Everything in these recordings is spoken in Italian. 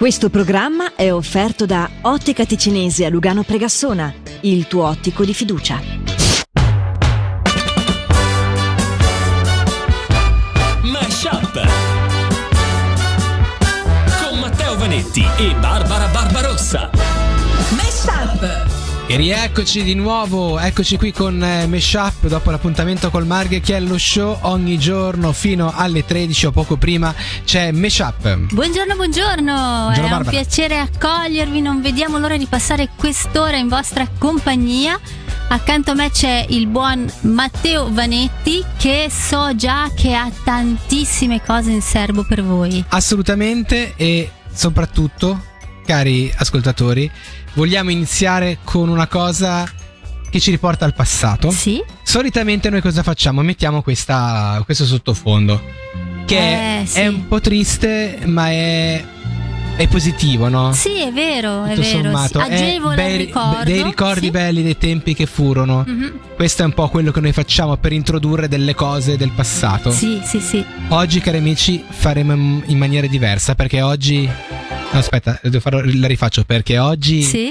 Questo programma è offerto da Ottica Ticinese a Lugano Pregassona, il tuo ottico di fiducia. Mashup con Matteo Vanetti e Barbara Barbarossa. Mashup. E rieccoci di nuovo, eccoci qui con Mashup dopo l'appuntamento col Margherichello Show. Ogni giorno fino alle 13 o poco prima c'è Mashup. Buongiorno, Buongiorno, è Barbara. un piacere accogliervi, non vediamo l'ora di passare quest'ora in vostra compagnia. Accanto a me c'è il buon Matteo Vanetti, che so già che ha tantissime cose in serbo per voi. Assolutamente, e soprattutto, cari ascoltatori, vogliamo iniziare con una cosa che ci riporta al passato. Sì? Solitamente noi cosa facciamo? Mettiamo questo sottofondo che sì. è un po' triste, ma è positivo, no? Sì, è vero, Tutto sommato, sì. Agevola il ricordo. dei ricordi sì. belli dei tempi che furono. Mm-hmm. Questo è un po' quello che noi facciamo per introdurre delle cose del passato. Sì. Oggi, cari amici, faremo in maniera diversa, perché oggi... No, aspetta, la rifaccio, perché oggi... Sì?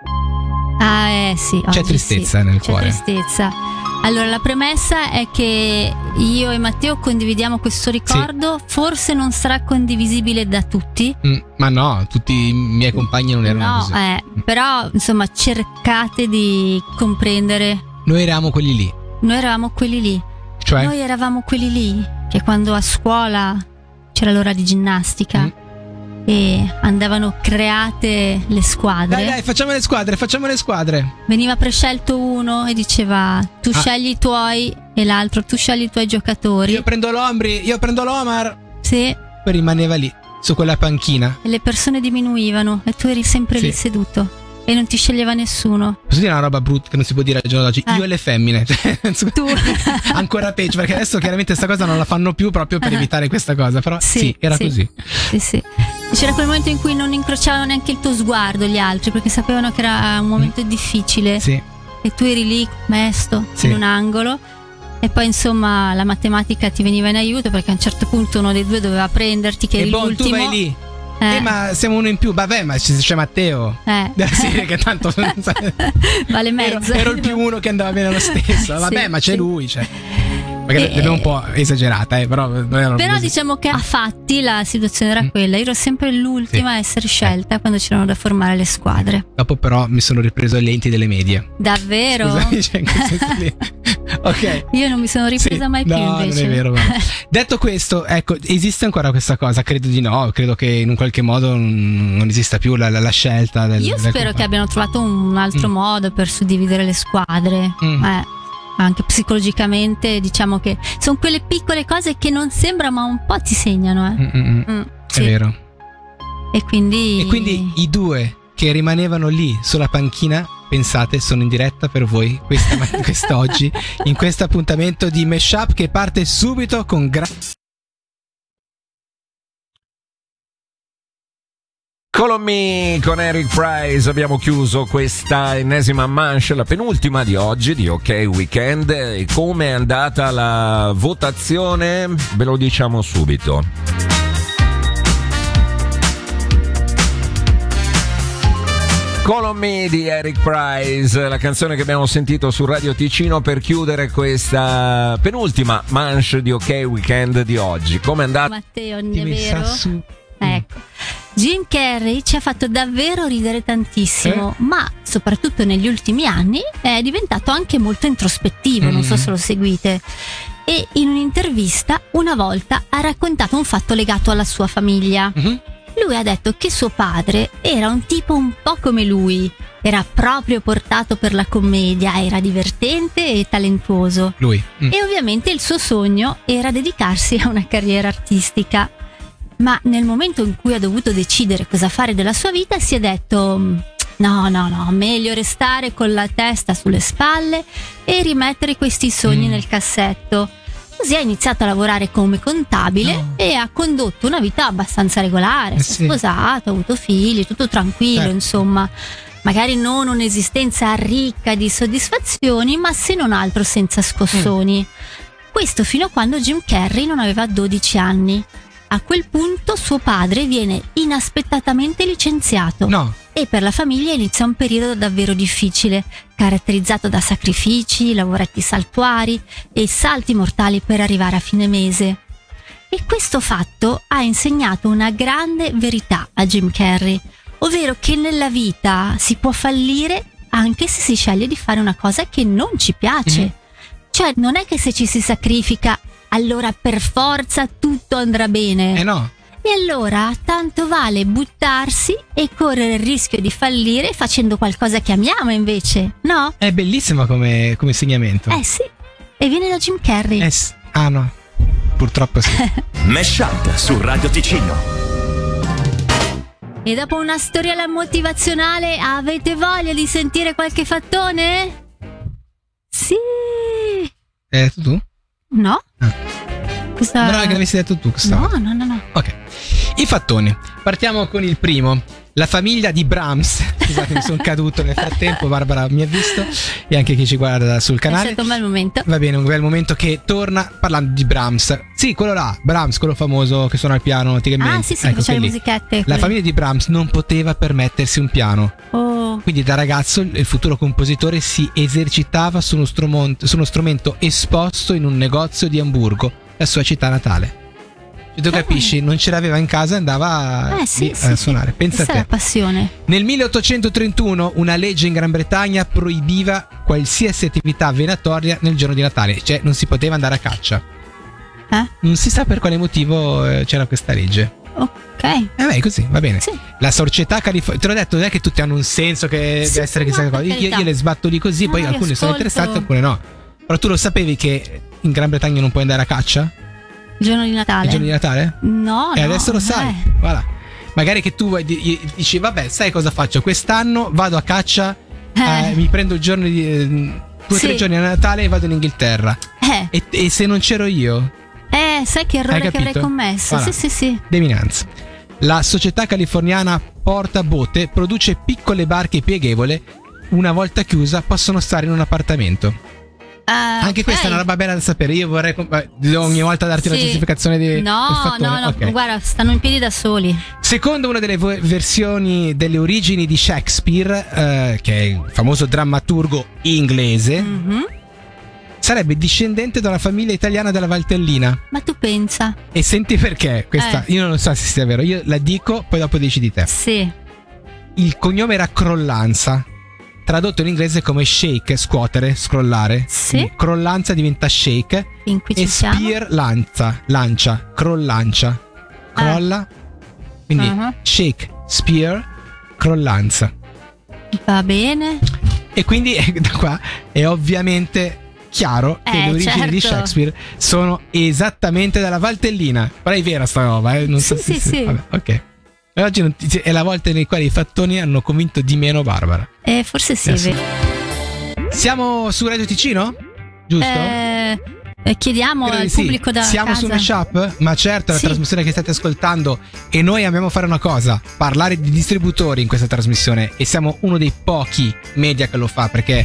Sì. C'è tristezza nel cuore. C'è tristezza. Allora, la premessa è che io e Matteo condividiamo questo ricordo. Sì. Forse non sarà condivisibile da tutti. Ma no, tutti i miei compagni non erano così. Però, insomma, cercate di comprendere. Noi eravamo quelli lì. Cioè? Noi eravamo quelli lì che quando a scuola c'era l'ora di ginnastica e andavano create le squadre. Dai, facciamo le squadre. Veniva prescelto uno e diceva: tu scegli i tuoi, e l'altro: tu scegli i tuoi giocatori. Io prendo l'Ombri, io prendo l'Omar. Sì. Poi rimaneva lì, su quella panchina. E le persone diminuivano e tu eri sempre lì seduto e non ti sceglieva nessuno. Posso dire una roba brutta che non si può dire al giorno d'oggi? Io e le femmine. Tu. Ancora peggio, perché adesso chiaramente questa cosa non la fanno più, proprio per evitare questa cosa. Però era così. Sì. C'era quel momento in cui non incrociavano neanche il tuo sguardo gli altri, perché sapevano che era un momento difficile. Sì. E tu eri lì mesto in un angolo. E poi insomma la matematica ti veniva in aiuto, perché a un certo punto uno dei due doveva prenderti, che eri l'ultimo. Tu vai lì. Ma siamo uno in più. Vabbè, ma c'è Matteo. Sì, che tanto vale mezzo. Ero il più uno che andava bene lo stesso. Vabbè, ma c'è lui, cioè. Magari l'abbiamo un po' esagerata, però diciamo che a fatti la situazione era quella. Io ero sempre l'ultima a essere scelta quando c'erano da formare le squadre. Dopo però mi sono ripreso agli enti delle medie. Davvero? Scusami, ok. Io non mi sono ripresa mai più, invece. Non è vero. Detto questo, ecco, esiste ancora questa cosa? Credo di no. Credo che in un qualche modo non esista più la scelta Io spero che abbiano trovato un altro modo per suddividere le squadre. Anche psicologicamente, diciamo che sono quelle piccole cose che non sembrano, ma un po' ti segnano. È vero. E quindi i due che rimanevano lì sulla panchina, pensate, sono in diretta per voi quest'oggi, in questo appuntamento di Mashup che parte subito con Call Me con Eric Price. Abbiamo chiuso questa ennesima manche, la penultima di oggi di OK Weekend. E come è andata la votazione ve lo diciamo subito. Call Me di Eric Price, la canzone che abbiamo sentito su Radio Ticino per chiudere questa penultima manche di OK Weekend di oggi. Come è andata? Matteo, è vero? Ecco, Jim Carrey ci ha fatto davvero ridere tantissimo, ma soprattutto negli ultimi anni è diventato anche molto introspettivo. Non so se lo seguite. E in un'intervista una volta ha raccontato un fatto legato alla sua famiglia. Lui ha detto che suo padre era un tipo un po' come lui, era proprio portato per la commedia, era divertente e talentuoso. Lui. E ovviamente il suo sogno era dedicarsi a una carriera artistica. Ma nel momento in cui ha dovuto decidere cosa fare della sua vita, si è detto: no, meglio restare con la testa sulle spalle e rimettere questi sogni nel cassetto. Così ha iniziato a lavorare come contabile e ha condotto una vita abbastanza regolare. Si è sposato, ha avuto figli, tutto tranquillo, insomma. Magari non un'esistenza ricca di soddisfazioni, ma se non altro senza scossoni. Questo fino a quando Jim Carrey non aveva 12 anni. A quel punto suo padre viene inaspettatamente licenziato. No. E per la famiglia inizia un periodo davvero difficile, caratterizzato da sacrifici, lavoretti saltuari e salti mortali per arrivare a fine mese. E questo fatto ha insegnato una grande verità a Jim Carrey, ovvero che nella vita si può fallire anche se si sceglie di fare una cosa che non ci piace. Cioè, non è che se ci si sacrifica allora per forza tutto andrà bene. No. E allora tanto vale buttarsi e correre il rischio di fallire facendo qualcosa che amiamo invece, no? È bellissima come insegnamento. Sì. E viene da Jim Carrey. No. Purtroppo sì. Mashup su Radio Ticino. E dopo una storiella motivazionale avete voglia di sentire qualche fattone? Sì. Hai detto tu? No? Cosa... Brava che l'avessi detto tu. No. Ok. I fattoni. Partiamo con il primo. La famiglia di Brahms. Scusate, mi sono caduto nel frattempo. Barbara mi ha visto. E anche chi ci guarda sul canale. È stato un bel momento. Va bene, un bel momento che torna parlando di Brahms. Sì, quello là, Brahms, quello famoso che suona il piano. Sì, ecco, faceva le musichette. La famiglia di Brahms non poteva permettersi un piano. Quindi da ragazzo il futuro compositore si esercitava su uno strumento esposto in un negozio di Amburgo, la sua città natale. Tu capisci, non ce l'aveva in casa e andava a suonare. Pensa a te. Questa è la passione. Nel 1831 una legge in Gran Bretagna proibiva qualsiasi attività venatoria nel giorno di Natale, cioè non si poteva andare a caccia. Non si sa per quale motivo c'era questa legge. Ok. Così, va bene. Sì. La società californiana. Te l'ho detto, non è che tutti hanno un senso che deve essere chissà cosa. Io le sbatto lì così, poi alcune sono interessate, alcune no. Però tu lo sapevi che in Gran Bretagna non puoi andare a caccia? Il giorno di Natale? Il giorno di Natale? No. E adesso lo sai. Voilà. Magari che tu dici, vabbè, sai cosa faccio? Quest'anno vado a caccia, mi prendo il giorno di 2 o 3 giorni a Natale e vado in Inghilterra. E se non c'ero io? Sai che errore che avrei commesso? Voilà. Sì. Deminanza. La società californiana Porta Bote produce piccole barche pieghevole. Una volta chiusa possono stare in un appartamento. Anche questa è una roba bella da sapere. Io vorrei ogni volta darti la giustificazione del fattone. No, okay. Guarda, stanno in piedi da soli. Secondo una delle versioni delle origini di Shakespeare, che è il famoso drammaturgo inglese, sarebbe discendente da una famiglia italiana della Valtellina. Ma tu pensa? E senti perché questa, io non so se sia vero, io la dico, poi dopo decidi te. Sì. Il cognome era Crollanza, tradotto in inglese come shake, scuotere, scrollare. Sì. Quindi Crollanza diventa shake. Fin qui ci e siamo. spear lancia, crollancia, crolla. Quindi shake, spear, crollanza. Va bene. E quindi da qua è ovviamente chiaro che le origini di Shakespeare sono esattamente dalla Valtellina. Però è vera sta roba, non so se sì. Vabbè, ok. Oggi è la volta nei quali i fattoni hanno convinto di meno Barbara. Forse sì, è vero. Siamo su Radio Ticino? Giusto? Chiediamo al pubblico da Siamo casa. su Mashup? Ma certo, è la trasmissione che state ascoltando. E noi amiamo fare una cosa: parlare di distributori in questa trasmissione. E siamo uno dei pochi media che lo fa, perché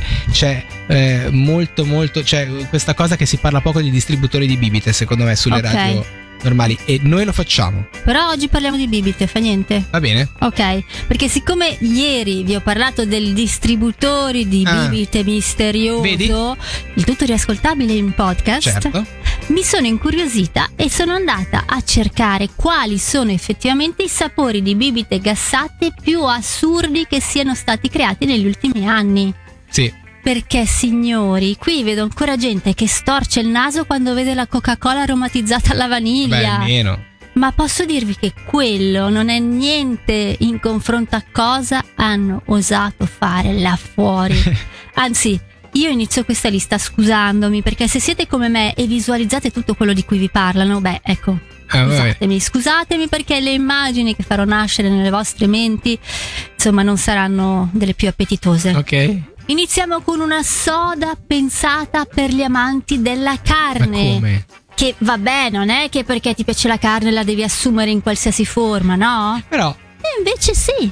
c'è molto c'è questa cosa che si parla poco di distributori di bibite, secondo me, sulle radio normali, e noi lo facciamo. Però oggi parliamo di bibite, fa niente. Va bene. Ok, perché siccome ieri vi ho parlato del distributori di bibite misterioso, vedi? Il tutto riascoltabile in podcast, certo, mi sono incuriosita e sono andata a cercare quali sono effettivamente i sapori di bibite gassate più assurdi che siano stati creati negli ultimi anni. Sì. Perché signori, qui vedo ancora gente che storce il naso quando vede la Coca-Cola aromatizzata alla vaniglia. Beh, almeno. Ma posso dirvi che quello non è niente in confronto a cosa hanno osato fare là fuori. Anzi, io inizio questa lista scusandomi, perché se siete come me e visualizzate tutto quello di cui vi parlano, beh, ecco, scusatemi perché le immagini che farò nascere nelle vostre menti, insomma, non saranno delle più appetitose. Ok. Iniziamo con una soda pensata per gli amanti della carne. Ma come? Che vabbè, non è che perché ti piace la carne la devi assumere in qualsiasi forma, no? Però E invece sì.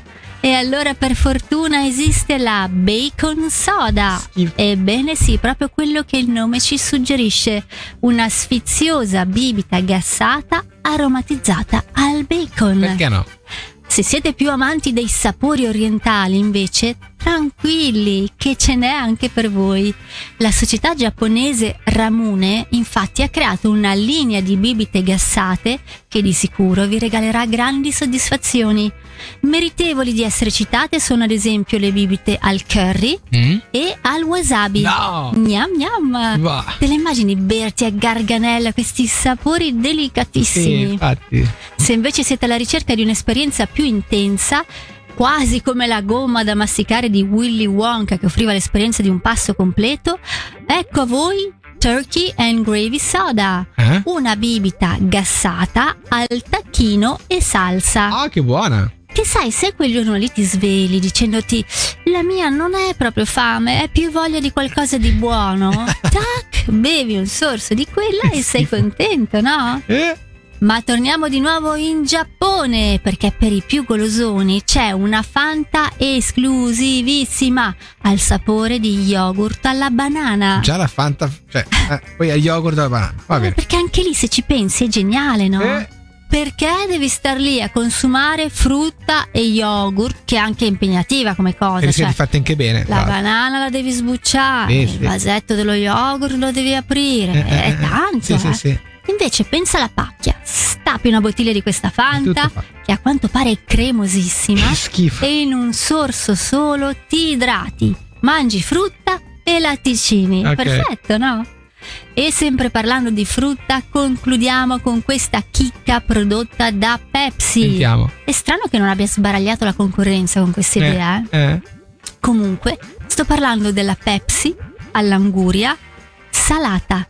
E allora per fortuna esiste la bacon soda. Ebbene sì, proprio quello che il nome ci suggerisce. Una sfiziosa bibita gassata aromatizzata al bacon. Perché no? Se siete più amanti dei sapori orientali, invece, tranquilli, che ce n'è anche per voi. La società giapponese Ramune, infatti, ha creato una linea di bibite gassate che di sicuro vi regalerà grandi soddisfazioni. Meritevoli di essere citate sono ad esempio le bibite al curry e al wasabi. No! Gnam gnam! Wow. Te le immagini berti a garganella questi sapori delicatissimi? Sì, infatti. Se invece siete alla ricerca di un'esperienza più intensa, quasi come la gomma da masticare di Willy Wonka che offriva l'esperienza di un pasto completo, ecco a voi Turkey and Gravy Soda, una bibita gassata al tacchino e salsa. Ah, che buona! Che sai, se quel giorno lì ti svegli dicendoti la mia non è proprio fame, è più voglia di qualcosa di buono, tac, bevi un sorso di quella e sei contento, no? Ma torniamo di nuovo in Giappone, perché per i più golosoni c'è una Fanta esclusivissima al sapore di yogurt alla banana. Già la Fanta, cioè, poi a yogurt alla banana. Va bene. Perché anche lì, se ci pensi, è geniale, no? Perché devi star lì a consumare frutta e yogurt, che è anche impegnativa come cosa. E siete fatte anche bene. La banana la devi sbucciare, il vasetto dello yogurt lo devi aprire, è tanto. Sì. Invece pensa alla pacchia, stappi una bottiglia di questa Fanta che a quanto pare è cremosissima. Che schifo. E in un sorso solo ti idrati, mangi frutta e latticini. Okay. Perfetto, no? E sempre parlando di frutta, concludiamo con questa chicca prodotta da Pepsi. Sentiamo. È strano che non abbia sbaragliato la concorrenza con questa idea. Comunque, sto parlando della Pepsi all'anguria salata.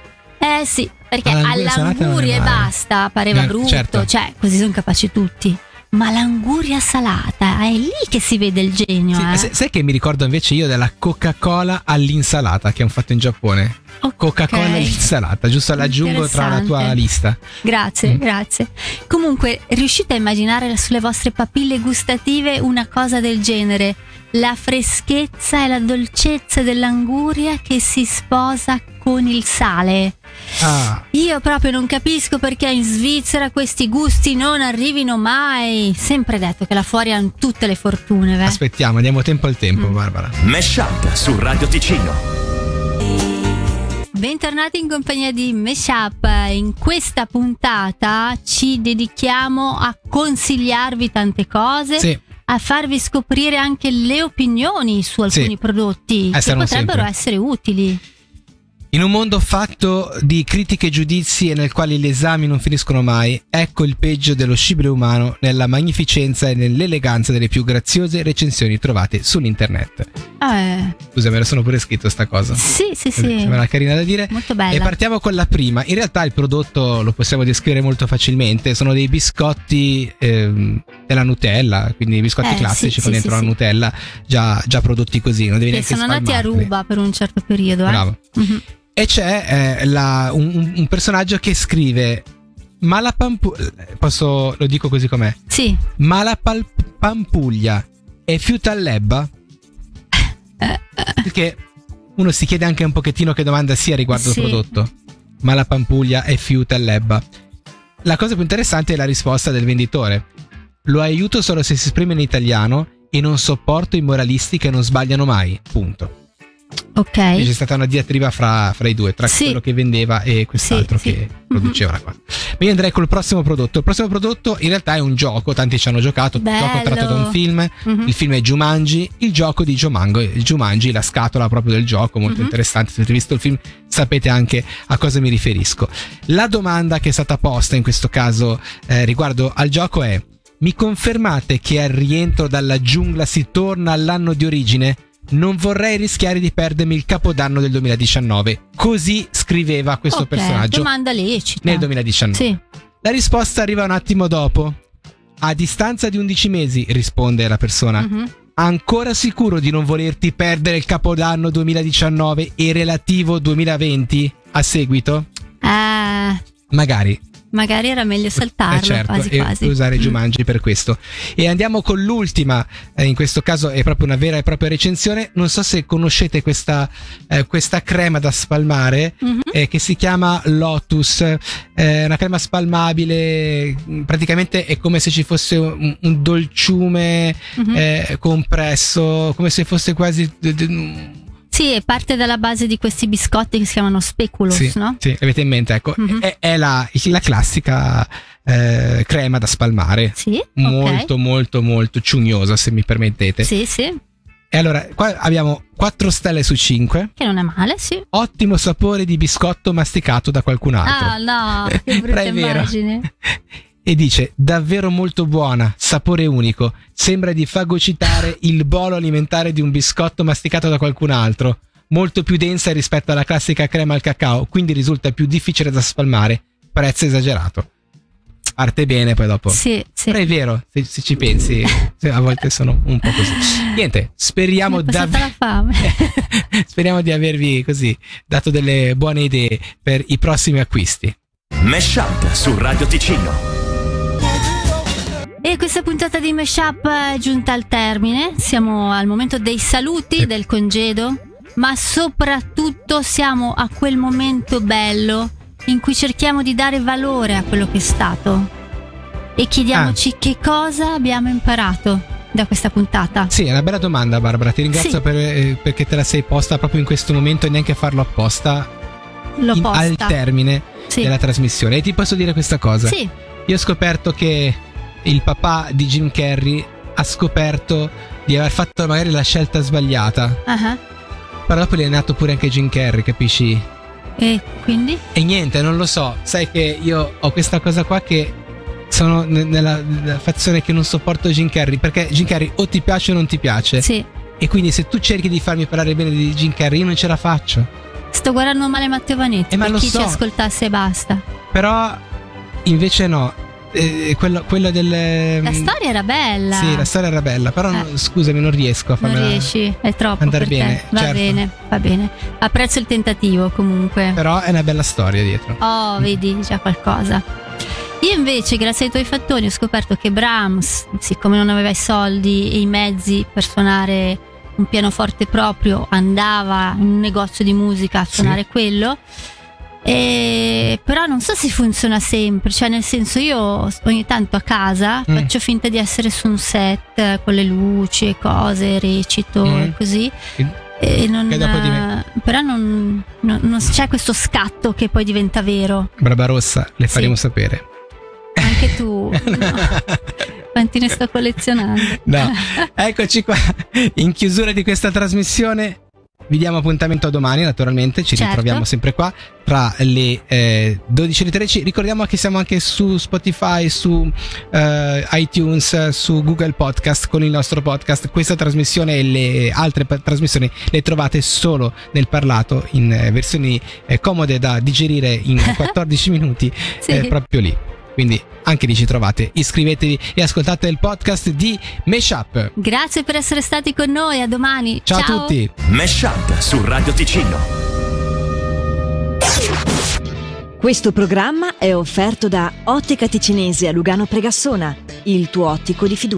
Sì, perché all'anguria e basta pareva brutto, certo. Cioè così sono capaci tutti. Ma l'anguria salata è lì che si vede il genio. Sai che mi ricordo invece io della Coca-Cola all'insalata che hanno fatto in Giappone? Okay. Coca-Cola all'insalata, giusto, l'aggiungo tra la tua lista. Grazie. Comunque, riuscite a immaginare sulle vostre papille gustative una cosa del genere? La freschezza e la dolcezza dell'anguria che si sposa con il sale. Io proprio non capisco perché in Svizzera questi gusti non arrivino mai. Sempre detto che là fuori hanno tutte le fortune. Aspettiamo, diamo tempo al tempo, Barbara. Mashup su Radio Ticino. Bentornati in compagnia di Mashup. In questa puntata ci dedichiamo a consigliarvi tante cose, a farvi scoprire anche le opinioni su alcuni prodotti che potrebbero essere utili. In un mondo fatto di critiche e giudizi e nel quale gli esami non finiscono mai, ecco il peggio dello scibile umano nella magnificenza e nell'eleganza delle più graziose recensioni trovate sull'internet. Scusa, me la sono pure scritto sta cosa. Sì. Sembra carina da dire. Molto bella. E partiamo con la prima. In realtà il prodotto lo possiamo descrivere molto facilmente. Sono dei biscotti della Nutella, quindi biscotti classici con dentro la Nutella già prodotti così. Non devi neanche sono andati a ruba per un certo periodo. Bravo. Mm-hmm. E c'è un personaggio che scrive: ma la lo dico così com'è? Sì. Ma la pampuglia è fiutallebba? Perché uno si chiede anche un pochettino che domanda sia riguardo il prodotto. Ma la pampuglia è fiutallebba? La cosa più interessante è la risposta del venditore: lo aiuto solo se si esprime in italiano e non sopporto i moralisti che non sbagliano mai. Punto. Ok. Quindi c'è stata una diatriba fra i due, tra quello che vendeva e quest'altro che produceva la cosa. Ma io andrei col prossimo prodotto. Il prossimo prodotto in realtà è un gioco, tanti ci hanno giocato. Un gioco tratto da un film. Il film è Jumanji, il gioco di Jumanji, la scatola proprio del gioco, molto interessante. Se avete visto il film sapete anche a cosa mi riferisco. La domanda che è stata posta in questo caso riguardo al gioco è: mi confermate che al rientro dalla giungla si torna all'anno di origine? Non vorrei rischiare di perdermi il Capodanno del 2019. Così scriveva questo personaggio. Domanda lecita. Nel 2019. Sì. La risposta arriva un attimo dopo. A distanza di 11 mesi, risponde la persona. Ancora sicuro di non volerti perdere il Capodanno 2019 e relativo 2020 a seguito? Magari. magari era meglio saltarlo, certo, quasi e quasi. usare Jumanji per questo. E andiamo con l'ultima, in questo caso è proprio una vera e propria recensione. Non so se conoscete questa crema da spalmare, che si chiama Lotus. È una crema spalmabile, praticamente è come se ci fosse un dolciume compresso, come se fosse quasi... Sì, è parte dalla base di questi biscotti che si chiamano Speculoos, sì, no? Sì, avete in mente, ecco, è la classica crema da spalmare. Sì, molto, molto, molto ciugnosa, se mi permettete. Sì, sì. E allora, qua abbiamo 4 stelle su 5. Che non è male, sì. Ottimo sapore di biscotto masticato da qualcun altro. Ah, no, che brutta immagine. E dice: davvero molto buona, sapore unico, sembra di fagocitare il bolo alimentare di un biscotto masticato da qualcun altro, molto più densa rispetto alla classica crema al cacao, quindi risulta più difficile da spalmare, prezzo esagerato. Parte bene, poi dopo. Sì. Però è vero, se ci pensi, a volte sono un po' così. Niente, speriamo la fame. Speriamo di avervi così dato delle buone idee per i prossimi acquisti. Mashup su Radio Ticino. E questa puntata di Mashup è giunta al termine. Siamo al momento dei saluti, del congedo, ma soprattutto siamo a quel momento bello in cui cerchiamo di dare valore a quello che è stato e chiediamoci che cosa abbiamo imparato da questa puntata. Sì, è una bella domanda, Barbara, ti ringrazio perché te la sei posta proprio in questo momento e neanche farlo apposta. Al termine della trasmissione. E ti posso dire questa cosa? Sì. Io ho scoperto che il papà di Jim Carrey ha scoperto di aver fatto magari la scelta sbagliata. Però dopo gli è nato pure anche Jim Carrey, capisci? E quindi? E niente, non lo so. Sai che io ho questa cosa qua che sono nella fazione che non sopporto Jim Carrey, perché Jim Carrey o ti piace o non ti piace. Sì. E quindi se tu cerchi di farmi parlare bene di Jim Carrey, io non ce la faccio. Sto guardando male Matteo Vanetti, per chi ci ascoltasse e basta. Però invece no. Quello del... La storia era bella. Sì, la storia era bella. Però scusami, non riesco a farla. Non riesci, è troppo andare per bene. Te. Va bene. Apprezzo il tentativo comunque. Però è una bella storia dietro. Oh, vedi già qualcosa. Io invece, grazie ai tuoi fattoni, ho scoperto che Brahms, siccome non aveva i soldi e i mezzi per suonare un pianoforte proprio, andava in un negozio di musica a suonare quello. Però non so se funziona sempre, cioè nel senso, io ogni tanto a casa faccio finta di essere su un set con le luci e cose, recito e così, e non, però non c'è questo scatto che poi diventa vero. Barbarossa, le faremo sapere. Anche tu. No. Quanti ne sto collezionando? No. Eccoci qua in chiusura di questa trasmissione. Vi diamo appuntamento a domani, naturalmente. Ci ritroviamo sempre qua tra le 12 e le 13. Ricordiamo che siamo anche su Spotify, su iTunes, su Google Podcast con il nostro podcast. Questa trasmissione e le altre trasmissioni le trovate solo nel parlato, in versioni comode da digerire in 14 minuti, proprio lì. Quindi anche lì ci trovate. Iscrivetevi e ascoltate il podcast di Mashup. Grazie per essere stati con noi, a domani. Ciao a tutti. Mashup su Radio Ticino. Questo programma è offerto da Ottica Ticinese a Lugano Pregassona, il tuo ottico di fiducia.